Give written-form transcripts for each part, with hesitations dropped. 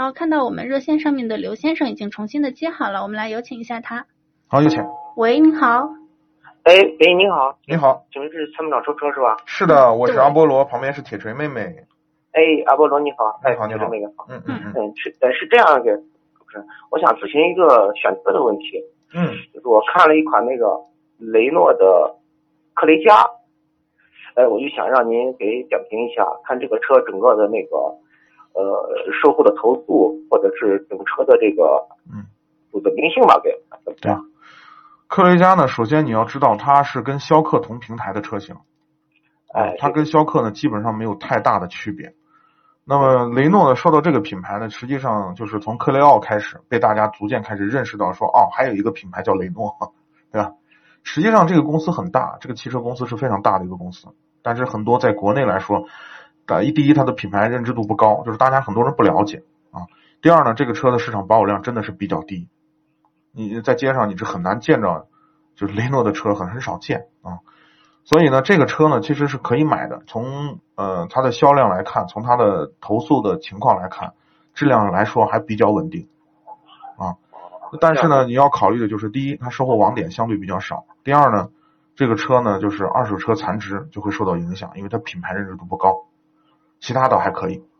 然后看到我们热线上面的刘先生已经重新的接好了，我们来有请一下他。 好，有请。 喂，您好。 哎，喂，你好。 你好， 请问是参谋长说车是吧？ 是的，我是阿波罗，旁边是铁锤妹妹。 哎，阿波罗你好。 你好，你好。 妹妹好。是这样的，不是，我想咨询一个选车的问题。就是我看了一款那个雷诺的克雷嘉，我就想让您给点评一下，看这个车整个的那个售后的投诉，或者是整车的这个稳定性吧，给怎么样？ 克雷嘉呢，首先你要知道它是跟逍客同平台的车型，它跟逍客呢基本上没有太大的区别。那么雷诺呢，受到这个品牌呢，实际上就是从克雷奥开始被大家逐渐开始认识到说，还有一个品牌叫雷诺，对吧？实际上这个公司很大，这个汽车公司是非常大的一个公司，但是很多在国内来说，第一它的品牌认知度不高，就是大家很多人不了解啊。第二呢，这个车的市场保有量真的是比较低，你在街上你是很难见着，就是雷诺的车很少见啊。所以呢，这个车呢其实是可以买的，从它的销量来看，从它的投诉的情况来看，质量来说还比较稳定啊。但是呢，你要考虑的就是第一，它售后网点相对比较少；第二呢，这个车呢就是二手车残值就会受到影响，因为它品牌认知度不高，其他的还可以。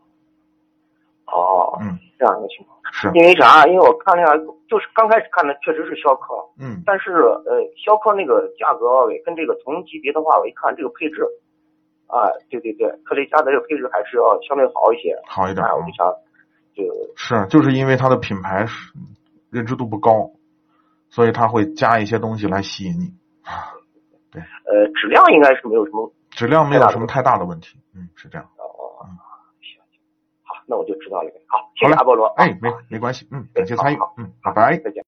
这样一个情况。 是因为啥？因为我看了一下，就是刚开始看的确实是逍客，但是逍客那个价格跟这个同级别的话，我一看这个配置，对，克雷嘉的这个配置还是要相对好一些， 好一点。 我就想就是因为它的品牌认知度不高，所以它会加一些东西来吸引你。对。 质量应该是没有什么， 质量没有什么太大的问题。是这样。 好，那我就知道了。好，谢谢阿波罗。 没关系。感谢参与。拜拜。 再见。